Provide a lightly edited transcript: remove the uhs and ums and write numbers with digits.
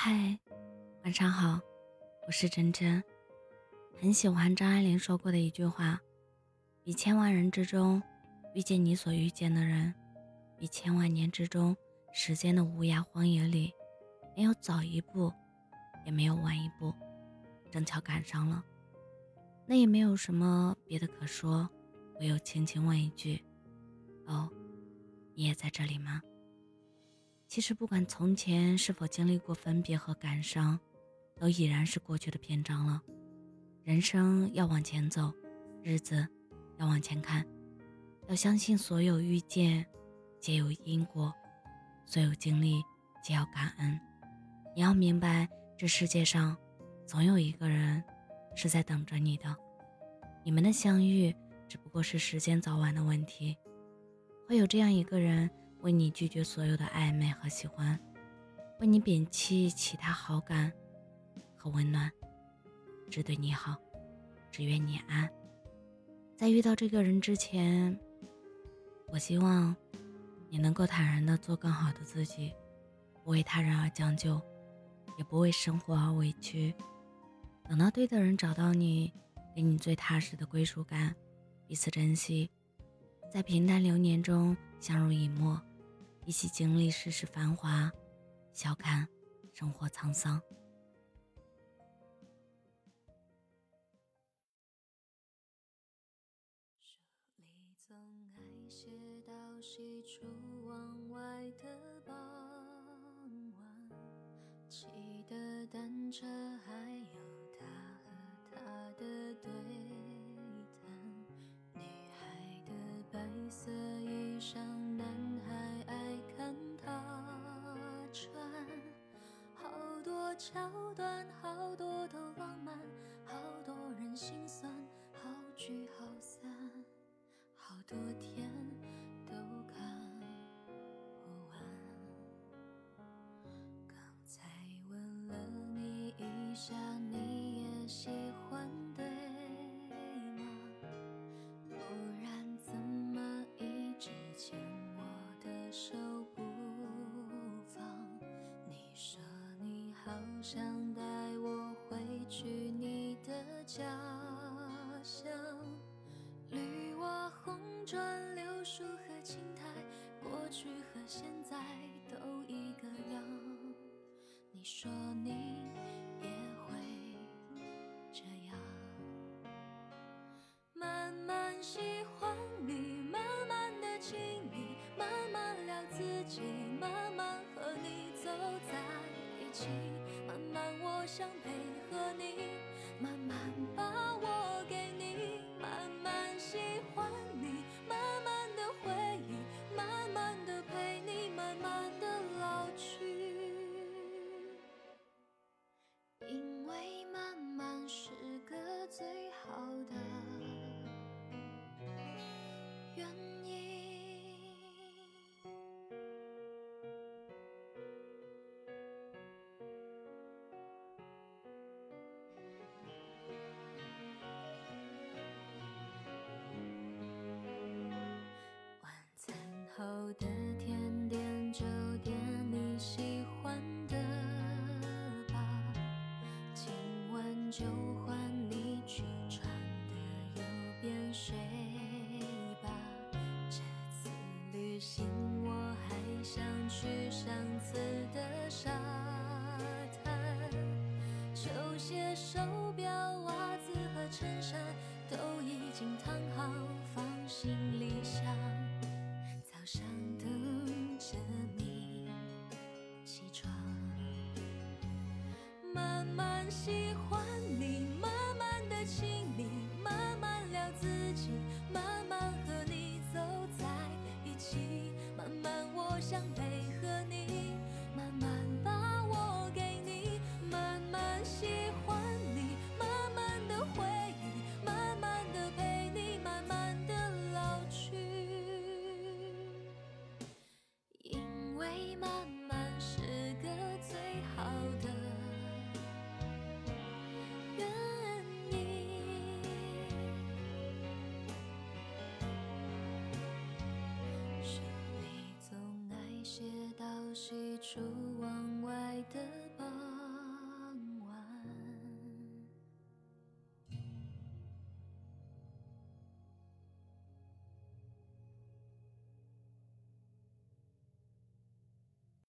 嗨，晚上好，我是真真。很喜欢张爱玲说过的一句话：比千万人之中遇见你所遇见的人，比千万年之中时间的无涯荒野里，没有早一步，也没有晚一步，正巧赶上了。那也没有什么别的可说，唯有轻轻问一句：哦，你也在这里吗？其实不管从前是否经历过分别和感伤，都已然是过去的篇章了。人生要往前走，日子要往前看，要相信所有遇见皆有因果，所有经历皆要感恩。你要明白，这世界上总有一个人是在等着你的，你们的相遇只不过是时间早晚的问题。会有这样一个人，为你拒绝所有的暧昧和喜欢，为你摒弃其他好感和温暖，只对你好，只愿你安。在遇到这个人之前，我希望你能够坦然地做更好的自己，不为他人而将就，也不为生活而委屈。等到对的人找到你，给你最踏实的归属感，彼此珍惜，在平淡流年中相濡以沫，一起经历世事繁华，笑看生活沧桑。 书里总爱写到西出望外的傍晚，骑的单车还有他和她的对谈，女孩的白色衣裳，男孩爱看她穿，好多桥段，好多的浪漫，好多人心酸，好聚好散，好多天都看不完。刚才问了你一下，你也喜欢对吗？不然怎么一直牵我的手不放？你说你好想带我回去你的家乡，绿瓦红砖柳树和青苔，过去和现在都一个样。你说你也会这样，慢慢喜欢你，慢慢的亲密，慢慢聊自己，慢慢和你走在一起，慢慢我想配合你，慢慢把我给你，慢慢喜欢你，慢慢的回忆，慢慢的陪你，慢慢的老去，因为慢慢是个最好的原因。晚餐后的甜点就点你喜欢的吧，今晚就换你去穿的右边睡吧，这次旅行我还想去上次的沙滩，球鞋手表袜子和衬衫都已经烫好放行李箱，早上等着你起床，慢慢喜欢你，慢慢的亲密，慢慢聊自己，慢慢和你走在一起，慢慢我想配合你，慢慢把我给你，慢慢喜欢你，慢慢的回忆，慢慢的陪你，慢慢的老去，因为慢慢是个最好的原因。书里总爱写到西出